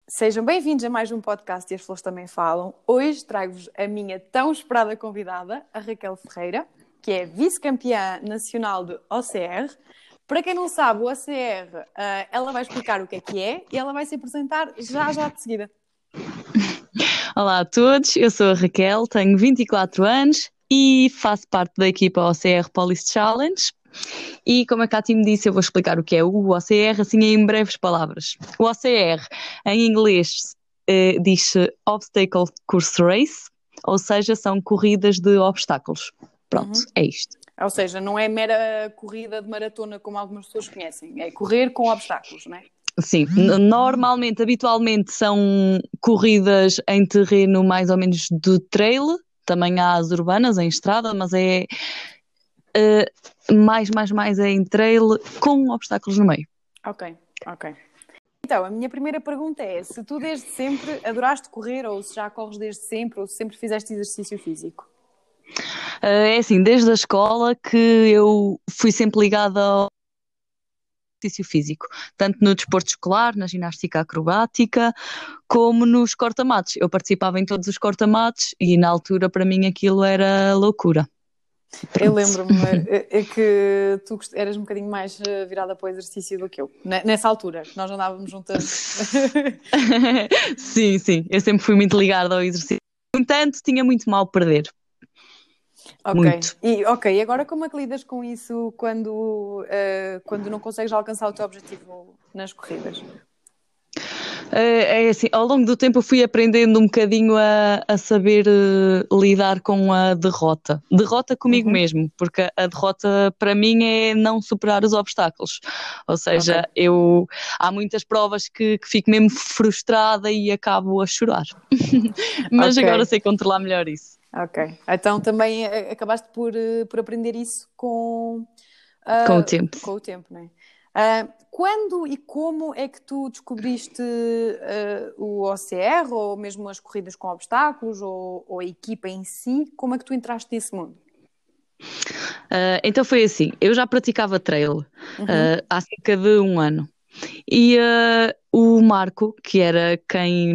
Sejam bem-vindos a mais um podcast e as flores também falam. Hoje trago-vos a minha tão esperada convidada, a Raquel Ferreira, que é vice-campeã nacional de OCR. Para quem não sabe, o OCR, ela vai explicar o que é e ela vai se apresentar já de seguida. Olá a todos, eu sou a Raquel, tenho 24 anos e faço parte da equipa OCR Police Challenge. E como a Cátia me disse, eu vou explicar o que é o OCR, assim em breves palavras. O OCR, em inglês, diz-se Obstacle Course Race, ou seja, são corridas de obstáculos. Pronto, é isto. Ou seja, não é mera corrida de maratona como algumas pessoas conhecem, é correr com obstáculos, não é? Sim, normalmente, habitualmente são corridas em terreno mais ou menos de trail, também há as urbanas em estrada, mas é mais é em trail com obstáculos no meio. Ok. Então, a minha primeira pergunta é se tu desde sempre adoraste correr ou se já corres desde sempre ou se sempre fizeste exercício físico? É assim, desde a escola que eu fui sempre ligada ao exercício físico, tanto no desporto escolar, na ginástica acrobática, como nos corta-matos. Eu participava em todos os corta-matos e na altura para mim aquilo era loucura. Pronto. Eu lembro-me que tu eras um bocadinho mais virada para o exercício do que eu, nessa altura, que nós andávamos juntas. Sim, eu sempre fui muito ligada ao exercício. No entanto, tinha muito mal perder. Ok. Muito. E agora como é que lidas com isso quando não consegues alcançar o teu objetivo nas corridas? É assim, ao longo do tempo eu fui aprendendo um bocadinho a saber lidar com a derrota. Derrota comigo mesmo, porque a derrota para mim é não superar os obstáculos. Ou seja, há muitas provas que fico mesmo frustrada e acabo a chorar. Mas agora sei controlar melhor isso. Ok. Então também acabaste por aprender isso com o tempo. Com o tempo, não é? Quando e como é que tu descobriste o OCR ou mesmo as corridas com obstáculos ou a equipa em si? Como é que tu entraste nesse mundo? Então foi assim, eu já praticava trail há cerca de 1 ano e o Marco, que era quem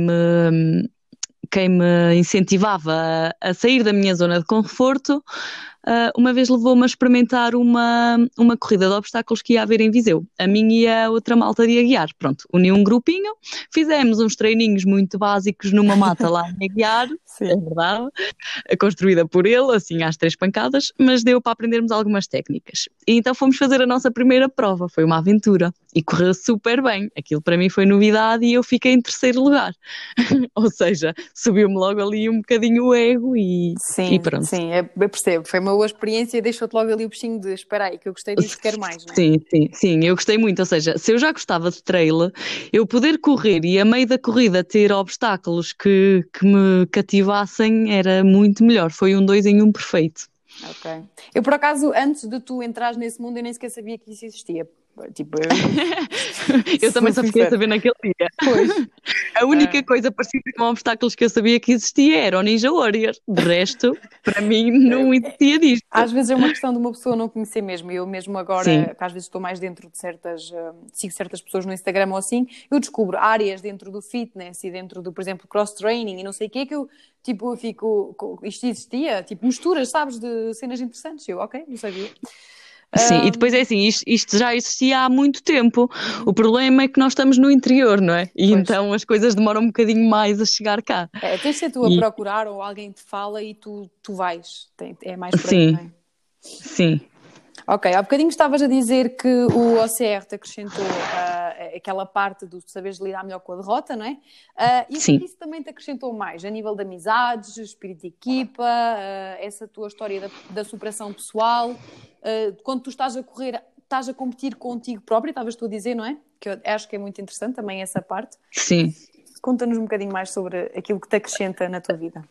me incentivava a sair da minha zona de conforto, uma vez levou-me a experimentar uma corrida de obstáculos que ia haver em Viseu. A mim e a outra malta de Aguiar. Pronto, uni um grupinho, fizemos uns treininhos muito básicos numa mata lá em Aguiar, é verdade, construída por ele, assim às 3 pancadas, mas deu para aprendermos algumas técnicas. E então fomos fazer a nossa primeira prova, foi uma aventura e correu super bem. Aquilo para mim foi novidade e eu fiquei em 3º lugar. Ou seja, subiu-me logo ali um bocadinho o ego e pronto. Sim, eu percebo. Foi uma boa experiência e deixou-te logo ali o bichinho de espera aí, que eu gostei disso, quero mais, não é? Sim, eu gostei muito. Ou seja, se eu já gostava de trail, eu poder correr e a meio da corrida ter obstáculos que me cativassem era muito melhor. Foi um 2 em 1 perfeito. Ok. Eu, por acaso, antes de tu entrares nesse mundo, eu nem sequer sabia que isso existia. Tipo, eu também só fiquei a saber naquele dia. Pois. A única coisa parecida com obstáculos que eu sabia que existia era o Ninja Warrior. De resto, para mim, não existia disto. Às vezes é uma questão de uma pessoa não conhecer mesmo. Eu mesmo agora, que às vezes estou mais dentro de sigo certas pessoas no Instagram ou assim, eu descubro áreas dentro do fitness e dentro do, por exemplo, cross-training e não sei o quê, que eu, tipo, eu fico, isto existia? Tipo, misturas, sabes, de cenas interessantes. Eu, ok, não sabia. Sim, e depois é assim, isto já existia há muito tempo. O problema é que nós estamos no interior, não é? E então as coisas demoram um bocadinho mais a chegar cá. Tens de ser tu a procurar ou alguém te fala e tu vais. É mais por aí, não é? Sim. Ok, há bocadinho estavas a dizer que o OCR te acrescentou aquela parte do saberes lidar melhor com a derrota, não é? E o que é que isso também te acrescentou mais? A nível de amizades, espírito de equipa, essa tua história da superação pessoal, quando tu estás a correr, estás a competir contigo próprio, estavas tu a dizer, não é? Que eu acho que é muito interessante também essa parte. Sim. Conta-nos um bocadinho mais sobre aquilo que te acrescenta na tua vida.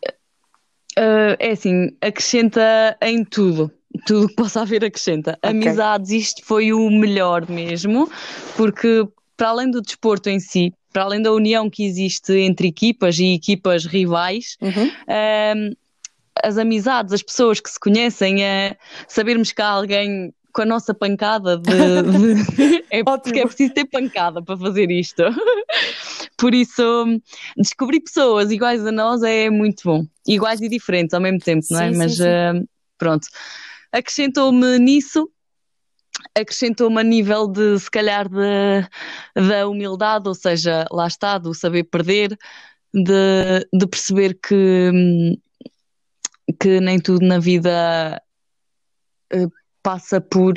É assim, acrescenta em tudo. Tudo que possa haver acrescenta. Okay. Amizades, isto foi o melhor mesmo, porque para além do desporto em si, para além da união que existe entre equipas e equipas rivais, as amizades, as pessoas que se conhecem, sabermos que há alguém com a nossa pancada porque é preciso ter pancada para fazer isto. Por isso, descobrir pessoas iguais a nós é muito bom. Iguais e diferentes ao mesmo tempo, não é? Sim, Mas sim. pronto. Acrescentou-me nisso, acrescentou-me a nível de, se calhar, da humildade, ou seja, lá está, do saber perder, de perceber que nem tudo na vida passa por,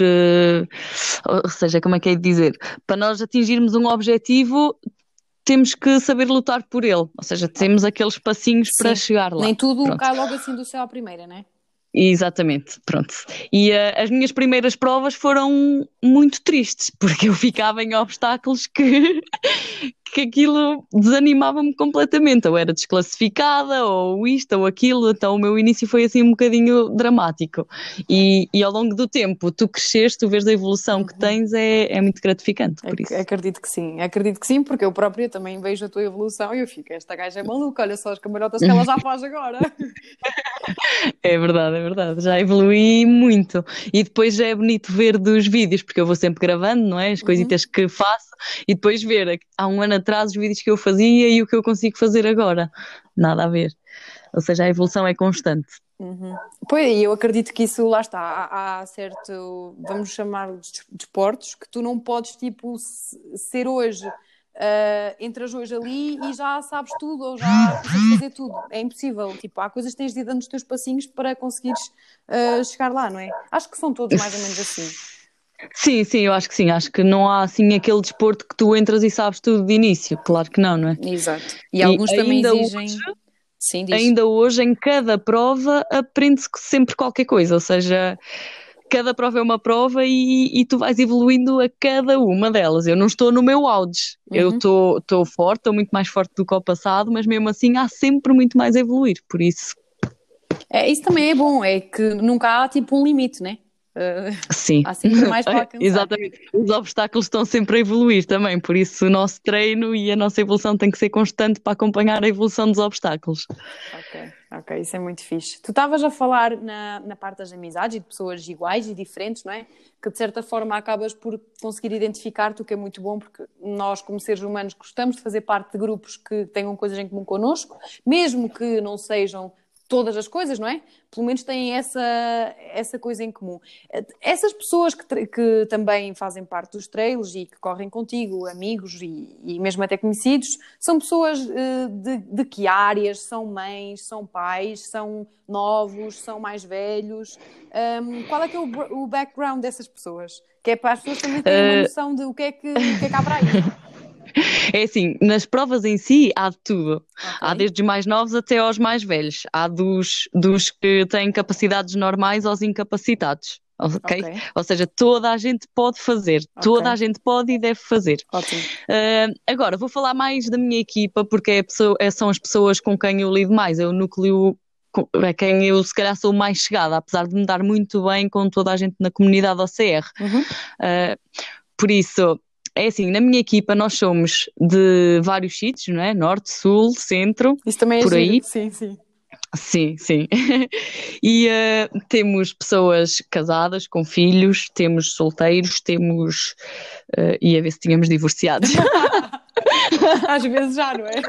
ou seja, como é que é de dizer? Para nós atingirmos um objetivo, temos que saber lutar por ele, ou seja, temos aqueles passinhos para chegar lá. Nem tudo Pronto. cai logo assim do céu à primeira, não é? Exatamente, pronto. E as minhas primeiras provas foram muito tristes, porque eu ficava em obstáculos que aquilo desanimava-me completamente. Ou era desclassificada, ou isto, ou aquilo. Então o meu início foi assim um bocadinho dramático. E ao longo do tempo, tu cresceste, tu vês a evolução que tens, é muito gratificante, por isso. Acredito que sim, porque eu própria também vejo a tua evolução e eu fico, esta gaja é maluca, olha só as cambalhotas que ela já faz agora. É verdade, já evolui muito. E depois já é bonito ver dos vídeos, porque eu vou sempre gravando, não é? As coisitas que faço, e depois ver há um ano atrás os vídeos que eu fazia e o que eu consigo fazer agora. Nada a ver. Ou seja, a evolução é constante. Pois, e eu acredito que isso, lá está, há certo, vamos chamar de desportos, que tu não podes, tipo, ser hoje, entras hoje ali e já sabes tudo, ou já consegues fazer tudo. É impossível, tipo, há coisas que tens de ir dando os teus passinhos para conseguires chegar lá, não é? Acho que são todos mais ou menos assim. Sim, eu acho que sim. Acho que não há assim aquele desporto que tu entras e sabes tudo de início. Claro que não é? Exato. E alguns também exigem... Sim, diz. Ainda hoje, em cada prova, aprende-se sempre qualquer coisa, ou seja, cada prova é uma prova e tu vais evoluindo a cada uma delas. Eu não estou no meu auge, eu estou forte, estou muito mais forte do que ao passado, mas mesmo assim há sempre muito mais a evoluir, por isso... Isso também é bom, é que nunca há tipo um limite, né? Sim, há sempre mais para alcançar. Exatamente. Os obstáculos estão sempre a evoluir também, por isso o nosso treino e a nossa evolução tem que ser constante para acompanhar a evolução dos obstáculos. Ok, isso é muito fixe. Tu estavas a falar na parte das amizades e de pessoas iguais e diferentes, não é? Que de certa forma acabas por conseguir identificar-te, o que é muito bom, porque nós, como seres humanos, gostamos de fazer parte de grupos que tenham coisas em comum connosco, mesmo que não sejam todas as coisas, não é? Pelo menos têm essa coisa em comum. Essas pessoas que também fazem parte dos trails e que correm contigo, amigos e mesmo até conhecidos, são pessoas de que áreas? São mães, são pais, são novos, são mais velhos? Qual é que é o background dessas pessoas? Que é para as pessoas também terem uma noção de o que é que há para aí. É assim, nas provas em si há de tudo. Há desde os mais novos até aos mais velhos. Há dos que têm capacidades normais aos incapacitados. Okay? Ou seja, toda a gente pode fazer. Toda a gente pode e deve fazer. Ótimo. Agora, vou falar mais da minha equipa porque são as pessoas com quem eu lido mais. É o núcleo a quem eu se calhar sou mais chegada, apesar de me dar muito bem com toda a gente na comunidade OCR. Por isso... É assim, na minha equipa nós somos de vários sítios, não é? Norte, Sul, Centro, isso também é por aí. Sim. Sim. E temos pessoas casadas, com filhos, temos solteiros, temos... ia ver se tínhamos divorciados. Às vezes já, não é?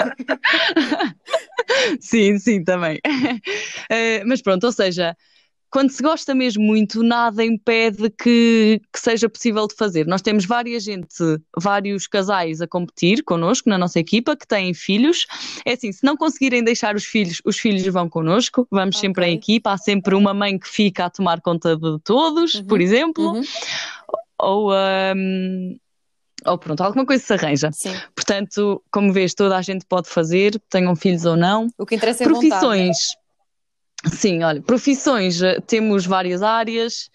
Sim, também. Mas pronto, ou seja... Quando se gosta mesmo muito, nada impede que seja possível de fazer. Nós temos vários casais a competir connosco na nossa equipa, que têm filhos. É assim, se não conseguirem deixar os filhos vão connosco, vamos sempre em equipa, há sempre uma mãe que fica a tomar conta de todos, por exemplo. Ou pronto, alguma coisa se arranja. Sim. Portanto, como vês, toda a gente pode fazer, tenham filhos ou não. O que interessa é profissões. Vontade. Sim, olha, profissões, temos várias áreas,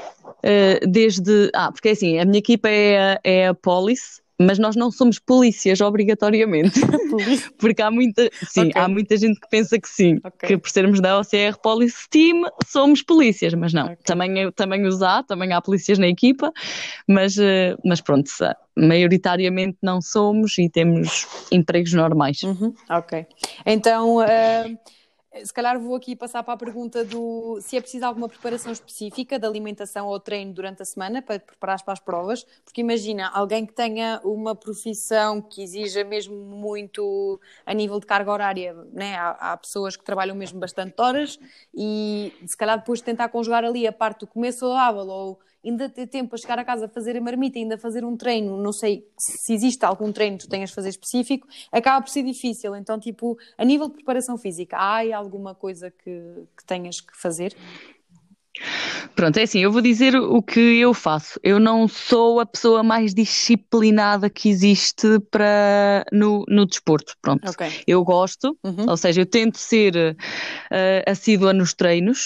porque assim, a minha equipa é a Police, mas nós não somos polícias obrigatoriamente, porque há muita gente que pensa que sim, que por sermos da OCR Police Team somos polícias, mas não, também há polícias na equipa, mas pronto, maioritariamente não somos e temos empregos normais. Ok, então... se calhar vou aqui passar para a pergunta se é preciso alguma preparação específica de alimentação ou treino durante a semana para preparar para as provas, porque imagina, alguém que tenha uma profissão que exija mesmo muito a nível de carga horária, né? Há pessoas que trabalham mesmo bastante horas e se calhar depois de tentar conjugar ali a parte do comer saudável ou ainda ter tempo para chegar a casa, fazer a marmita e ainda fazer um treino, não sei se existe algum treino que tu tenhas de fazer específico, acaba por ser difícil. Então, tipo, a nível de preparação física, há alguma coisa que tenhas que fazer? Pronto, é assim, eu vou dizer o que eu faço. Eu não sou a pessoa mais disciplinada que existe no desporto, pronto. Ok. Eu gosto, ou seja, eu tento ser assídua nos treinos.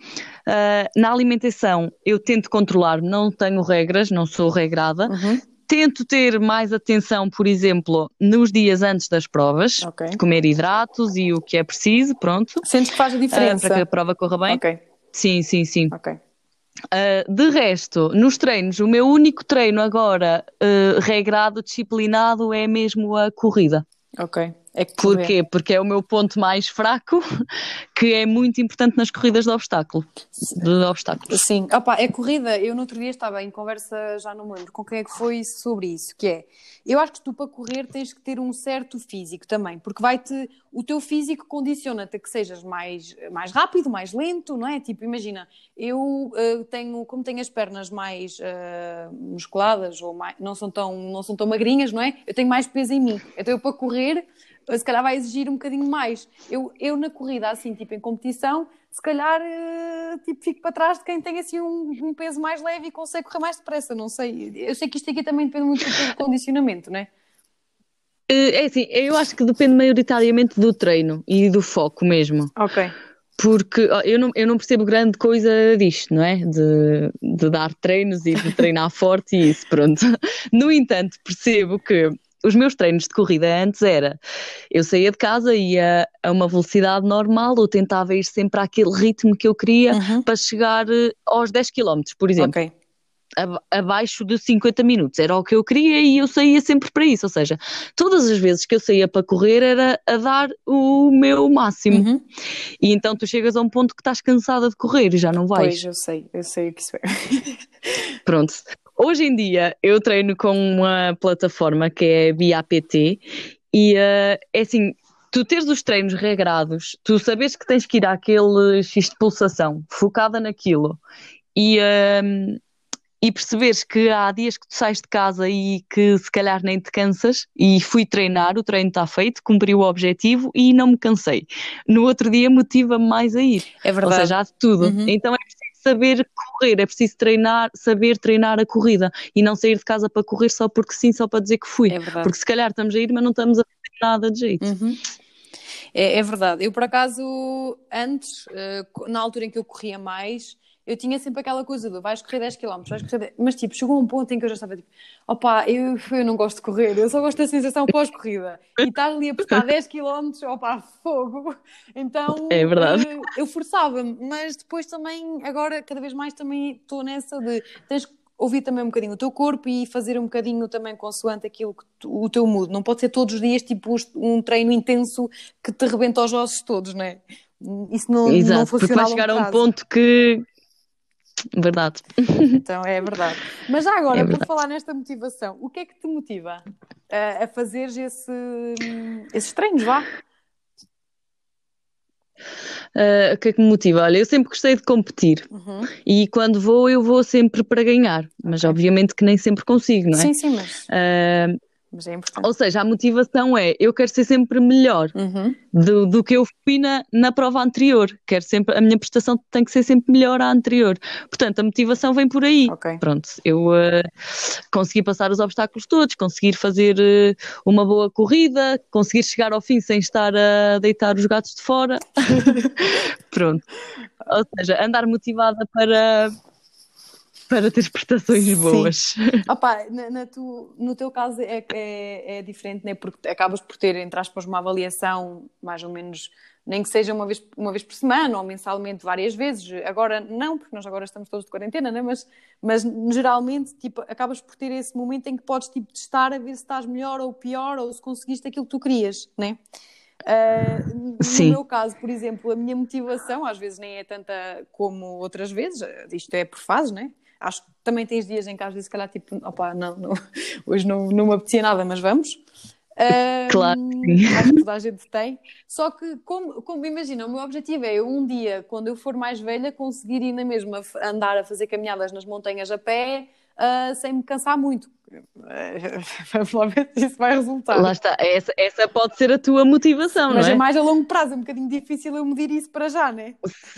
Na alimentação eu tento controlar, não tenho regras, não sou regrada. Tento ter mais atenção, por exemplo, nos dias antes das provas, comer hidratos e o que é preciso, pronto. Sentes que faz a diferença? Para que a prova corra bem. Ok. Sim. Ok. De resto, nos treinos, o meu único treino agora regrado, disciplinado, é mesmo a corrida. Ok. Porquê? Porque é o meu ponto mais fraco, que é muito importante nas corridas de obstáculos. Sim, é corrida. Eu no outro dia estava em conversa, já não me lembro com quem é que foi sobre isso, que é, eu acho que tu para correr tens que ter um certo físico também, porque o teu físico condiciona-te a que sejas mais rápido, mais lento, não é? Tipo, imagina, eu como tenho as pernas mais musculadas, ou não são tão magrinhas, não é? Eu tenho mais peso em mim. Então eu para correr se calhar vai exigir um bocadinho mais. Eu na corrida, assim, tipo em competição, se calhar tipo, fico para trás de quem tem assim um peso mais leve e consegue correr mais depressa, não sei. Eu sei que isto aqui também depende muito do condicionamento, não é? É assim, eu acho que depende maioritariamente do treino e do foco mesmo. Ok. Porque eu não percebo grande coisa disto, não é? De dar treinos e de treinar forte e isso, pronto. No entanto, percebo que os meus treinos de corrida antes eu saía de casa, ia a uma velocidade normal, ou tentava ir sempre àquele ritmo que eu queria para chegar aos 10 km, por exemplo. Ok. Abaixo de 50 minutos, era o que eu queria e eu saía sempre para isso, ou seja, todas as vezes que eu saía para correr era a dar o meu máximo. E então tu chegas a um ponto que estás cansada de correr e já não vais. Pois, eu sei o que isso é. Pronto. Hoje em dia eu treino com uma plataforma que é BAPT e é assim, tu teres os treinos regrados, tu sabes que tens que ir àquele X de pulsação, focada naquilo e perceberes que há dias que tu sais de casa e que se calhar nem te cansas e fui treinar, o treino está feito, cumpri o objetivo e não me cansei. No outro dia motiva-me mais a ir. É verdade. Ou seja, há de tudo. Então é preciso saber correr, é preciso saber treinar a corrida e não sair de casa para correr só porque sim, só para dizer que fui. É verdade. Porque se calhar estamos a ir, mas não estamos a fazer nada de jeito. É verdade. Eu, por acaso, antes, na altura em que eu corria mais, eu tinha sempre aquela coisa de vais correr 10 km, mas tipo, chegou um ponto em que eu já estava tipo, eu não gosto de correr, eu só gosto da sensação pós-corrida. E estar ali a prestar 10 km, fogo. Então, é verdade. Eu forçava-me, mas depois também, agora, cada vez mais também estou nessa de tens que ouvir também um bocadinho o teu corpo e fazer um bocadinho também consoante aquilo que o teu mood. Não pode ser todos os dias tipo um treino intenso que te rebenta os ossos todos, não é? Isso não Exato, funciona porque vai chegar a um ponto que... Verdade. Então, é verdade. Mas já agora, por falar nesta motivação, o que é que te motiva a fazer esses treinos, vá? O que é que me motiva? Olha, eu sempre gostei de competir e quando eu vou sempre para ganhar, mas obviamente que nem sempre consigo, não é? Sim, mas é importante. Ou seja, a motivação eu quero ser sempre melhor do que eu fui na prova anterior. Quero sempre, a minha prestação tem que ser sempre melhor à anterior. Portanto, a motivação vem por aí. Okay. Pronto, eu consegui passar os obstáculos todos, conseguir fazer uma boa corrida, conseguir chegar ao fim sem estar a deitar os gatos de fora. Pronto. Ou seja, andar motivada para ter prestações boas. No teu caso é diferente, né? Porque acabas por ter, entre aspas, uma avaliação mais ou menos, nem que seja uma vez por semana ou mensalmente várias vezes. Agora não, porque nós agora estamos todos de quarentena, né? Mas geralmente tipo, acabas por ter esse momento em que podes tipo, testar a ver se estás melhor ou pior ou se conseguiste aquilo que tu querias, né? No Sim. meu caso, por exemplo, a minha motivação às vezes nem é tanta como outras vezes, isto é por fases, né? Acho que também tens dias em que às vezes, se calhar, tipo, opá, não, hoje não me apetecia nada, mas vamos. Claro, Acho que sim. toda a gente tem. Só que, como imagina, o meu objetivo é eu um dia, quando eu for mais velha, conseguir ir na mesma andar a fazer caminhadas nas montanhas a pé, sem me cansar muito. Vamos lá ver se isso vai resultar. Lá está. Essa pode ser a tua motivação, não Mas é é? mais a longo prazo, é um bocadinho difícil eu medir isso para já, né?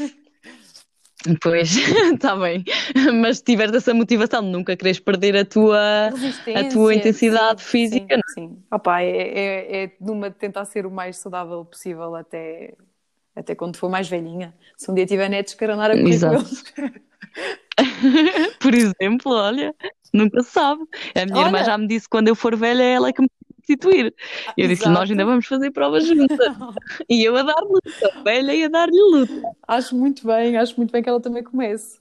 Pois, está bem. Mas se tiveres essa motivação de nunca queres perder a tua Resistência, intensidade sim, sim, física, não sim. Opa, é numa de tentar ser o mais saudável possível até quando for mais velhinha. Se um dia tiver netos, quero andar a é? correr com Exato. eles. Por exemplo, olha, nunca se sabe. A minha irmã Olha, já me disse que quando eu for velha é ela que me vai substituir. Eu disse-lhe, nós ainda exato. vamos fazer provas juntas. E eu a dar luta, velha e a dar-lhe luta. Acho muito bem que ela também comece.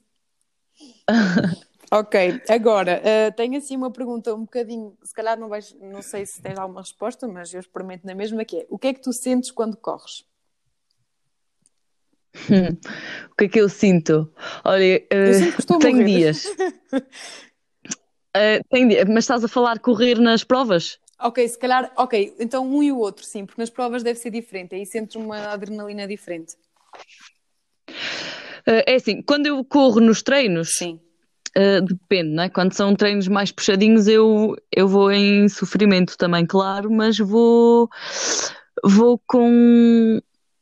Ok, agora, tenho assim uma pergunta um bocadinho, se calhar não sei se tens alguma resposta, mas eu experimento na mesma, que é, o que é que tu sentes quando corres? O que é que eu sinto? Olha, Eu sinto que estou a tenho morrer. dias. Mas estás a falar correr nas provas? Ok, se calhar, ok, então um e o outro, sim, porque nas provas deve ser diferente, aí sentes uma adrenalina diferente. É assim, quando eu corro nos treinos, Sim. depende, né? Quando são treinos mais puxadinhos, eu vou em sofrimento também, claro, mas vou com,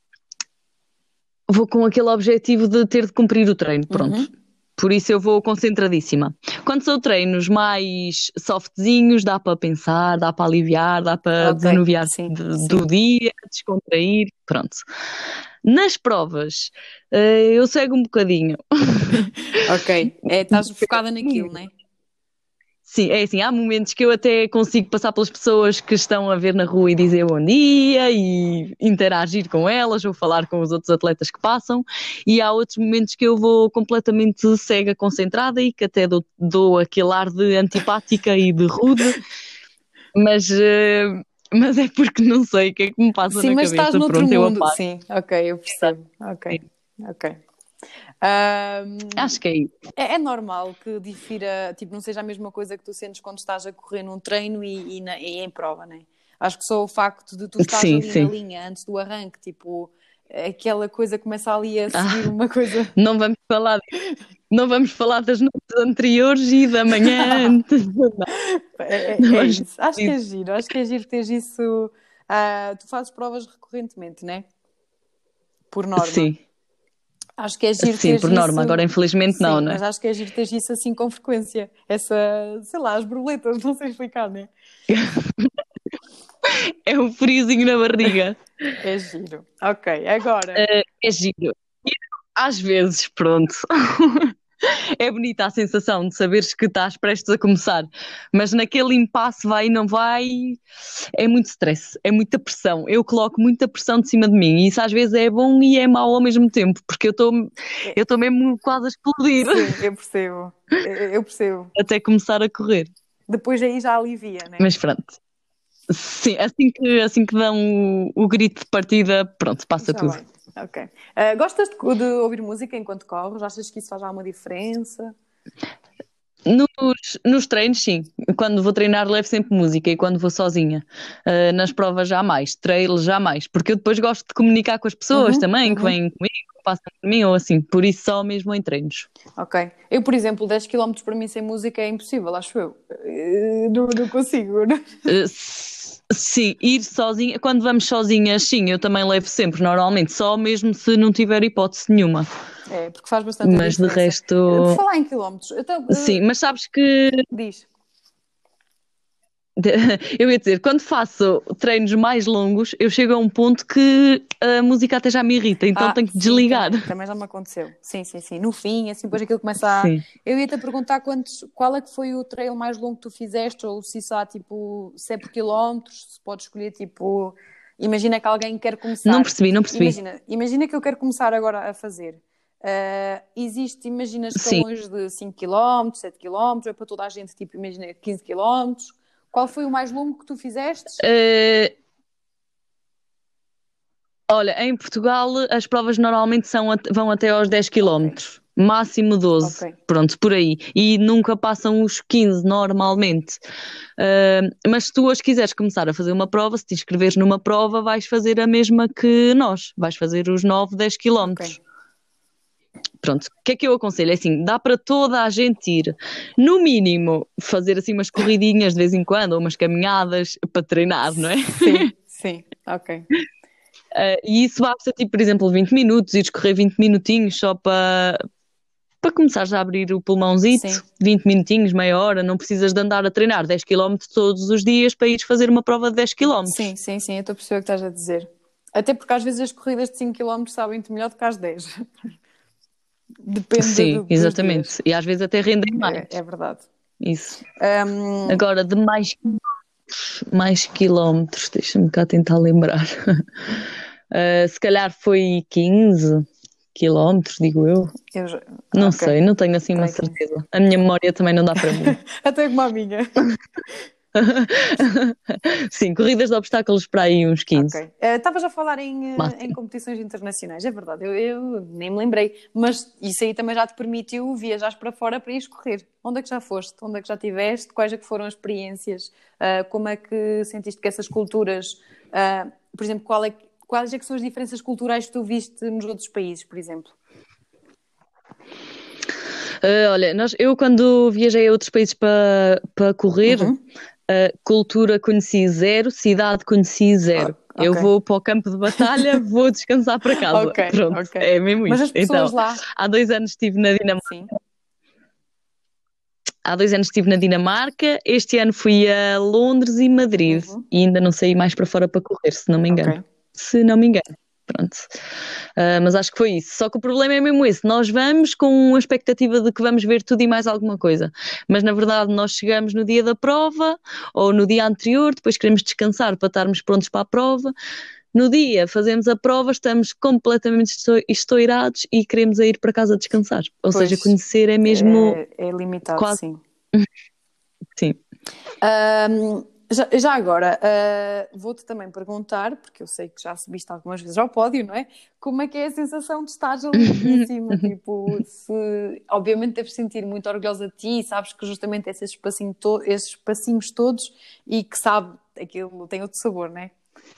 vou com aquele objetivo de ter de cumprir o treino, pronto. Uhum. Por isso eu vou concentradíssima. Quando são treinos mais softzinhos, dá para pensar, dá para aliviar, dá para Ok, desanuviar sim, do sim. dia, descontrair, pronto. Nas provas, eu cego um bocadinho. Ok, estás focada naquilo, né? Sim, é assim, há momentos que eu até consigo passar pelas pessoas que estão a ver na rua e dizer bom dia e interagir com elas ou falar com os outros atletas que passam, e há outros momentos que eu vou completamente cega, concentrada e que até dou aquele ar de antipática e de rude, mas, mas é porque não sei o que é que me passa Sim, na mas estás cabeça, noutro pronto, eu mundo. apago. Sim, ok, eu percebo. Ok, ok. Ahm, Acho que é isso. é normal que difira, tipo, não seja a mesma coisa que tu sentes quando estás a correr num treino e em prova, né? Acho que só o facto de tu estás Sim, ali na sim. linha antes do arranque, tipo, aquela coisa começa ali a Ah, subir uma coisa. não vamos falar, não vamos falar das noites anteriores e da manhã antes. Não, É vamos isso. Acho que é giro teres isso. Tu fazes provas recorrentemente, né? Por norma. sim, Acho que é giro sim, teres por norma. Agora, isso. infelizmente, não, Sim, né? mas acho que é giro teres isso assim com frequência. Essa, sei lá, as borboletas, não sei explicar, né? É um friozinho na barriga. É giro. Ok, agora. É giro. E às vezes, pronto. É bonita a sensação de saberes que estás prestes a começar, mas naquele impasse vai e não vai, é muito stress, é muita pressão. Eu coloco muita pressão de cima de mim e isso às vezes é bom e é mau ao mesmo tempo, porque eu É- estou mesmo quase a explodir sim, eu percebo. Eu percebo. até começar a correr. Depois aí já alivia, né? Mas pronto. Sim, assim que dão o grito de partida, pronto, passa Já tudo. vai. Ok. Gostas de ouvir música enquanto corres? Achas que isso faz alguma diferença? Nos treinos, sim. Quando vou treinar, levo sempre música e quando vou sozinha. Nas provas, jamais. Trail, jamais. Porque eu depois gosto de comunicar com as pessoas Uhum, também, que uhum. vêm comigo, que passam por mim ou assim. Por isso, só mesmo em treinos. Ok. Eu, por exemplo, 10 km para mim sem música é impossível, acho eu. Não consigo. Sim, ir sozinha. Quando vamos sozinhas, sim, eu também levo sempre, normalmente. Só mesmo se não tiver hipótese nenhuma. É, porque faz bastante a Mas de diferença. Por resto, falar em quilómetros, então, sim. Mas sabes que diz. eu ia dizer, quando faço treinos mais longos, eu chego a um ponto que a música até já me irrita, então tenho que Sim, desligar. também já me aconteceu. Sim, sim, sim. No fim, assim, depois aquilo começa a. Sim. Eu ia-te perguntar qual é que foi o trail mais longo que tu fizeste, ou se isso há, tipo, se é por quilómetros, se podes escolher, tipo. Imagina que alguém quer Não começar. percebi, não percebi. Imagina que eu quero começar agora a fazer. Existe, imagina, Sim. escalões de 5 km, 7 km, é para toda a gente, tipo, imagina 15 km. Qual foi o mais longo que tu fizeste? Eh, Olha, em Portugal as provas normalmente vão até aos 10 quilómetros, máximo 12, pronto, por aí. E nunca passam os 15 normalmente. Mas se tu hoje quiseres começar a fazer uma prova, se te inscreveres numa prova, vais fazer a mesma que nós. Vais fazer os 9, 10 quilómetros. Pronto, o que é que eu aconselho? É assim, dá para toda a gente ir. No mínimo, fazer assim umas corridinhas de vez em quando, ou umas caminhadas para treinar, não é? Sim, ok. E isso basta, tipo, por exemplo, 20 minutos, ires correr 20 minutinhos só para começares a abrir o pulmãozito, Sim. 20 minutinhos, meia hora, não precisas de andar a treinar 10 km todos os dias para ires fazer uma prova de 10 km. Sim, eu estou a perceber o que estás a dizer. Até porque às vezes as corridas de 5 km sabem-te melhor do que as 10. Depende. Sim, exatamente. Dias. E às vezes até rendem mais. É verdade. Isso. Agora, de mais quilómetros, deixa-me cá tentar lembrar. Se calhar foi 15 quilómetros, digo eu. Não sei, não tenho assim uma certeza. A minha memória também não dá para mim. Até como a minha. Sim, corridas de obstáculos para aí uns 15. Estavas a falar em competições internacionais, é verdade, eu nem me lembrei, mas isso aí também já te permitiu viajar para fora para ir correr. Onde é que já foste? Onde é que já estiveste? Quais é que foram as experiências? Como é que sentiste que essas culturas, por exemplo, quais é que são as diferenças culturais que tu viste nos outros países, por exemplo? Olha, eu quando viajei a outros países para correr, cultura conheci zero, cidade conheci zero. Eu vou para o campo de batalha, vou descansar para casa. Pronto, é mesmo isso. Mas as pessoas então, lá... Há 2 anos estive na Dinamarca. Sim. Há 2 anos estive na Dinamarca, este ano fui a Londres e Madrid. E ainda não saí mais para fora para correr, se não me engano. Se não me engano. Pronto. Mas acho que foi isso. Só que o problema é mesmo esse. Nós vamos com a expectativa de que vamos ver tudo e mais alguma coisa. Mas na verdade nós chegamos no dia da prova ou no dia anterior, depois queremos descansar para estarmos prontos para a prova. No dia fazemos a prova, estamos completamente estourados e queremos ir para casa descansar. Ou seja, conhecer é mesmo... É limitado, quase... sim. Sim. Já agora, vou-te também perguntar, porque eu sei que já subiste algumas vezes ao pódio, não é? Como é que é a sensação de estar ali em cima? Tipo, obviamente deves sentir muito orgulhosa de ti e sabes que justamente esses espacinhos todos e que sabe, aquilo tem outro sabor, não é?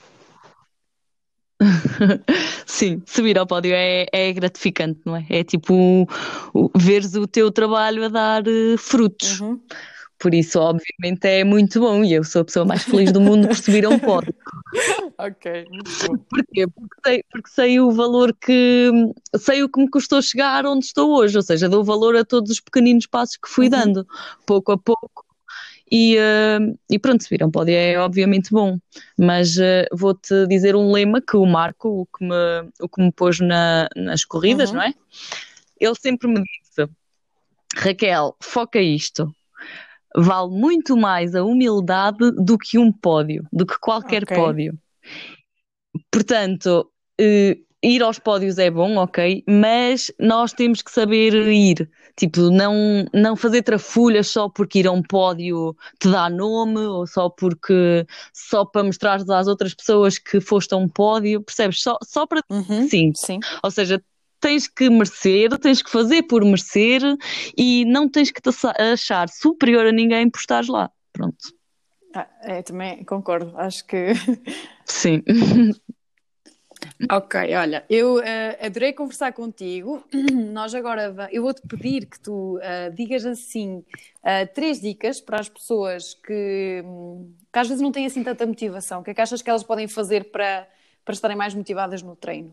Sim, subir ao pódio é gratificante, não é? É tipo veres o teu trabalho a dar frutos. Por isso, obviamente, é muito bom e eu sou a pessoa mais feliz do mundo por subir a um pódio. Muito bom. Porquê? Porque sei o valor sei o que me custou chegar onde estou hoje, ou seja, dou valor a todos os pequeninos passos que fui dando, pouco a pouco. E pronto, subir a um pódio é obviamente bom, mas vou-te dizer um lema que o Marco, o que me pôs nas corridas, não é? Ele sempre me disse: Raquel, foca isto. Vale muito mais a humildade do que um pódio, do que qualquer pódio. Portanto, ir aos pódios é bom, ok, mas nós temos que saber ir. Tipo, não fazer trafulhas só porque ir a um pódio te dá nome ou só para mostrar às outras pessoas que foste a um pódio, percebes? Só para... Sim. Ou seja, tens que merecer, tens que fazer por merecer e não tens que te achar superior a ninguém por estares lá. Pronto. Também concordo, acho que... Sim. Ok, olha, eu adorei conversar contigo. Nós agora, eu vou-te pedir que tu digas assim 3 dicas para as pessoas que às vezes não têm assim tanta motivação. O que é que achas que elas podem fazer para estarem mais motivadas no treino?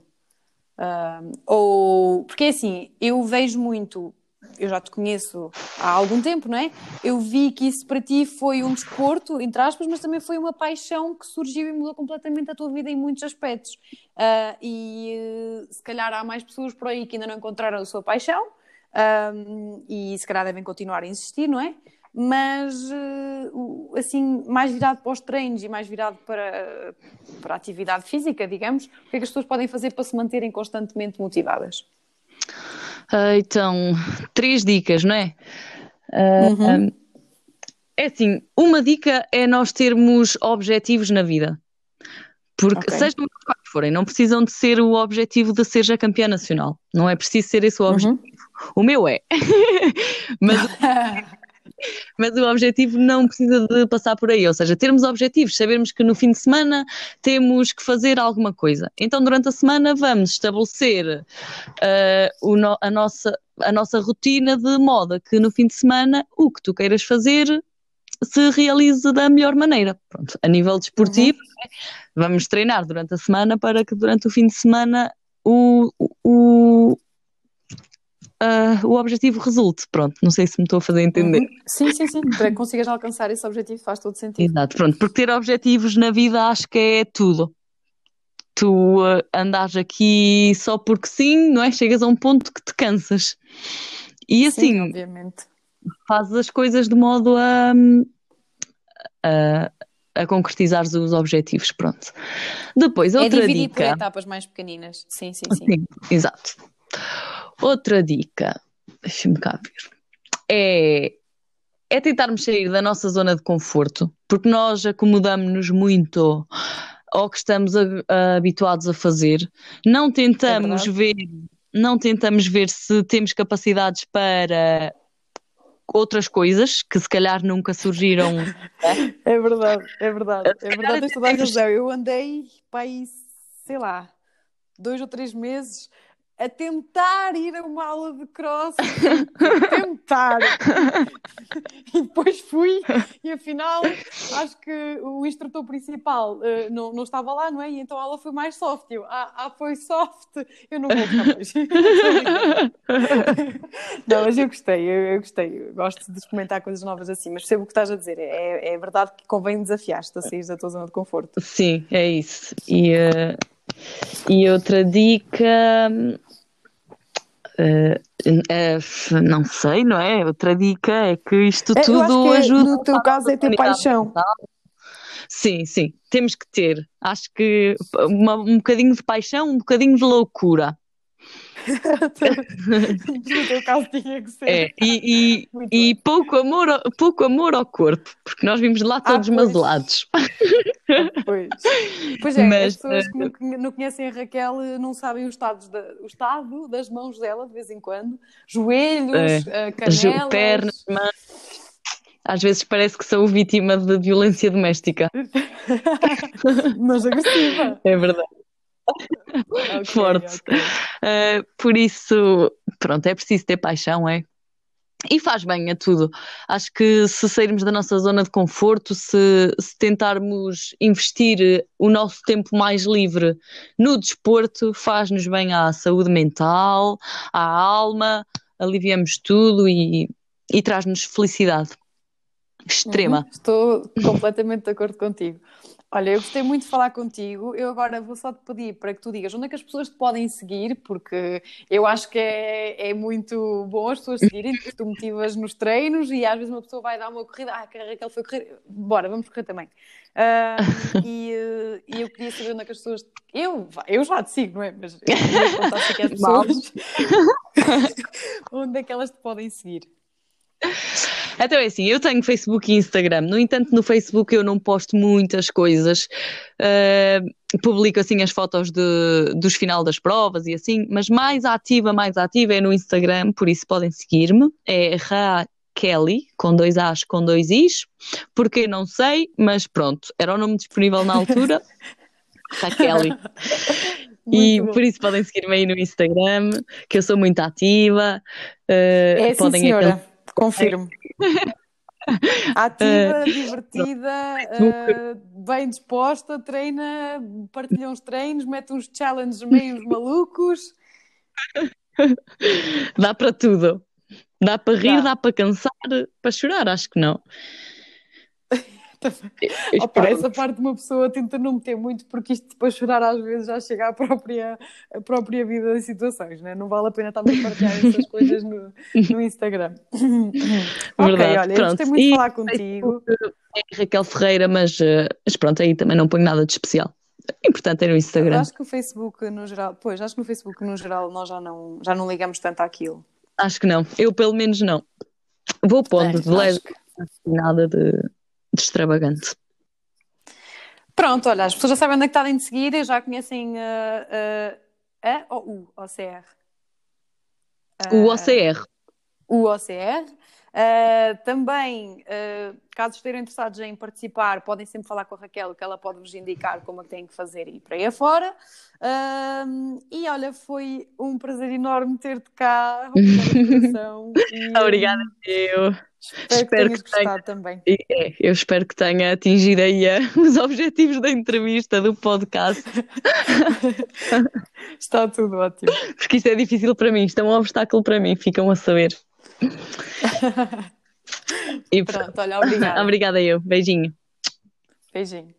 Porque assim, eu vejo muito, eu já te conheço há algum tempo, não é? Eu vi que isso para ti foi um desporto, entre aspas, mas também foi uma paixão que surgiu e mudou completamente a tua vida em muitos aspectos. Se calhar há mais pessoas por aí que ainda não encontraram a sua paixão e se calhar devem continuar a insistir, não é? Mas assim, mais virado para os treinos e mais virado para a atividade física, digamos, o que é que as pessoas podem fazer para se manterem constantemente motivadas? Então, 3 dicas, não é? É assim, uma dica é nós termos objetivos na vida. Porque seja o que forem, não precisam de ser o objetivo de ser já campeã nacional. Não é preciso ser esse o objetivo. O meu é. Mas o objetivo não precisa de passar por aí, ou seja, termos objetivos, sabermos que no fim de semana temos que fazer alguma coisa. Então, durante a semana, vamos estabelecer a nossa rotina de modo que no fim de semana o que tu queiras fazer se realize da melhor maneira. Pronto, a nível desportivo, vamos treinar durante a semana para que durante o fim de semana o objetivo resulte. Pronto, não sei se me estou a fazer entender. Sim, para que consigas alcançar esse objetivo faz todo sentido. Exato, pronto, porque ter objetivos na vida acho que é tudo. Tu andares aqui só porque sim, não é? Chegas a um ponto que te cansas. E assim, sim, obviamente, fazes as coisas de modo a concretizares os objetivos, pronto. Depois, outra dividir dica. por etapas mais pequeninas. Sim. Exato. Outra dica, deixa-me cá ver, é tentarmos sair da nossa zona de conforto, porque nós acomodamos-nos muito ao que estamos habituados a fazer. Não tentamos ver se temos capacidades para outras coisas que se calhar nunca surgiram. É verdade. Tens toda a razão. Eu andei para aí, sei lá, 2 ou 3 meses a tentar ir a uma aula de cross, tentar. E depois fui e afinal acho que o instrutor principal não estava lá, não é? E então a aula foi mais soft. Foi soft, eu não vou ficar mais. Não, mas eu gostei. Eu gosto de experimentar coisas novas assim, mas percebo o que estás a dizer. É verdade que convém desafiar-te a sair da tua zona de conforto. Sim, é isso. E outra dica... não sei, não é? Outra dica é que isto tudo ajuda. No teu caso é ter paixão. Sim, temos que ter. Acho que um bocadinho de paixão, um bocadinho de loucura. No teu caso tinha que ser. E pouco amor ao corpo, porque nós vimos lá todos mazelados. Pois é, mas, as pessoas que não conhecem a Raquel não sabem o estado das mãos dela de vez em quando, joelhos, canelas, pernas, mãos. Às vezes parece que sou vítima de violência doméstica. Mas agressiva. É verdade. Forte. Por isso, pronto, é preciso ter paixão, é? E faz bem a tudo. Acho que se sairmos da nossa zona de conforto, se tentarmos investir o nosso tempo mais livre no desporto, faz-nos bem à saúde mental, à alma, aliviamos tudo e traz-nos felicidade extrema. Estou completamente de acordo contigo. Olha, eu gostei muito de falar contigo. Eu agora vou só te pedir para que tu digas onde é que as pessoas te podem seguir, porque eu acho que é muito bom as pessoas seguirem, porque tu motivas nos treinos e às vezes uma pessoa vai dar uma corrida, que a Raquel foi correr, bora, vamos correr também. E eu queria saber onde é que as pessoas... Eu já te sigo, não é? Mas eu queria contar se as pessoas onde é que elas te podem seguir. Então é assim, eu tenho Facebook e Instagram, no entanto no Facebook eu não posto muitas coisas, publico assim as fotos dos final das provas e assim, mas mais ativa é no Instagram, por isso podem seguir-me, é Raqueli, com 2 As, com 2 Is, porque não sei, mas pronto, era o nome disponível na altura, Raqueli. E por isso podem seguir-me aí no Instagram, que eu sou muito ativa. Podem sim, senhora. Confirmo. Ativa, divertida, bem disposta, treina, partilha uns treinos, mete uns challenges meio malucos. Dá para tudo. Dá para rir, dá para cansar, para chorar, acho que não. Essa parte de uma pessoa tenta não meter muito, porque isto depois chorar às vezes já chega à própria vida das situações, né? Não vale a pena estar a partilhar essas coisas no Instagram. Verdade, olha, eu gostei muito de falar contigo. É Raquel Ferreira, mas pronto, aí também não ponho nada de especial. Importante é no Instagram. Acho que o Facebook no geral, nós já não ligamos tanto àquilo. Acho que não, eu pelo menos não. Vou pondo de leve, nada de extravagante. Pronto, olha, as pessoas já sabem onde é que têm de seguir e já conhecem a ou o OCR? O OCR. O OCR. Também, caso estejam interessados em participar, podem sempre falar com a Raquel, que ela pode vos indicar como é que têm que fazer e ir para aí afora. E olha, foi um prazer enorme ter-te cá. Obrigada, eu. Espero que tenhas gostado também. Eu espero que tenha atingido aí os objetivos da entrevista, do podcast. Está tudo ótimo. Porque isto é difícil para mim, isto é um obstáculo para mim, ficam a saber. E pronto, olha, obrigada. Obrigada eu, beijinho. Beijinho.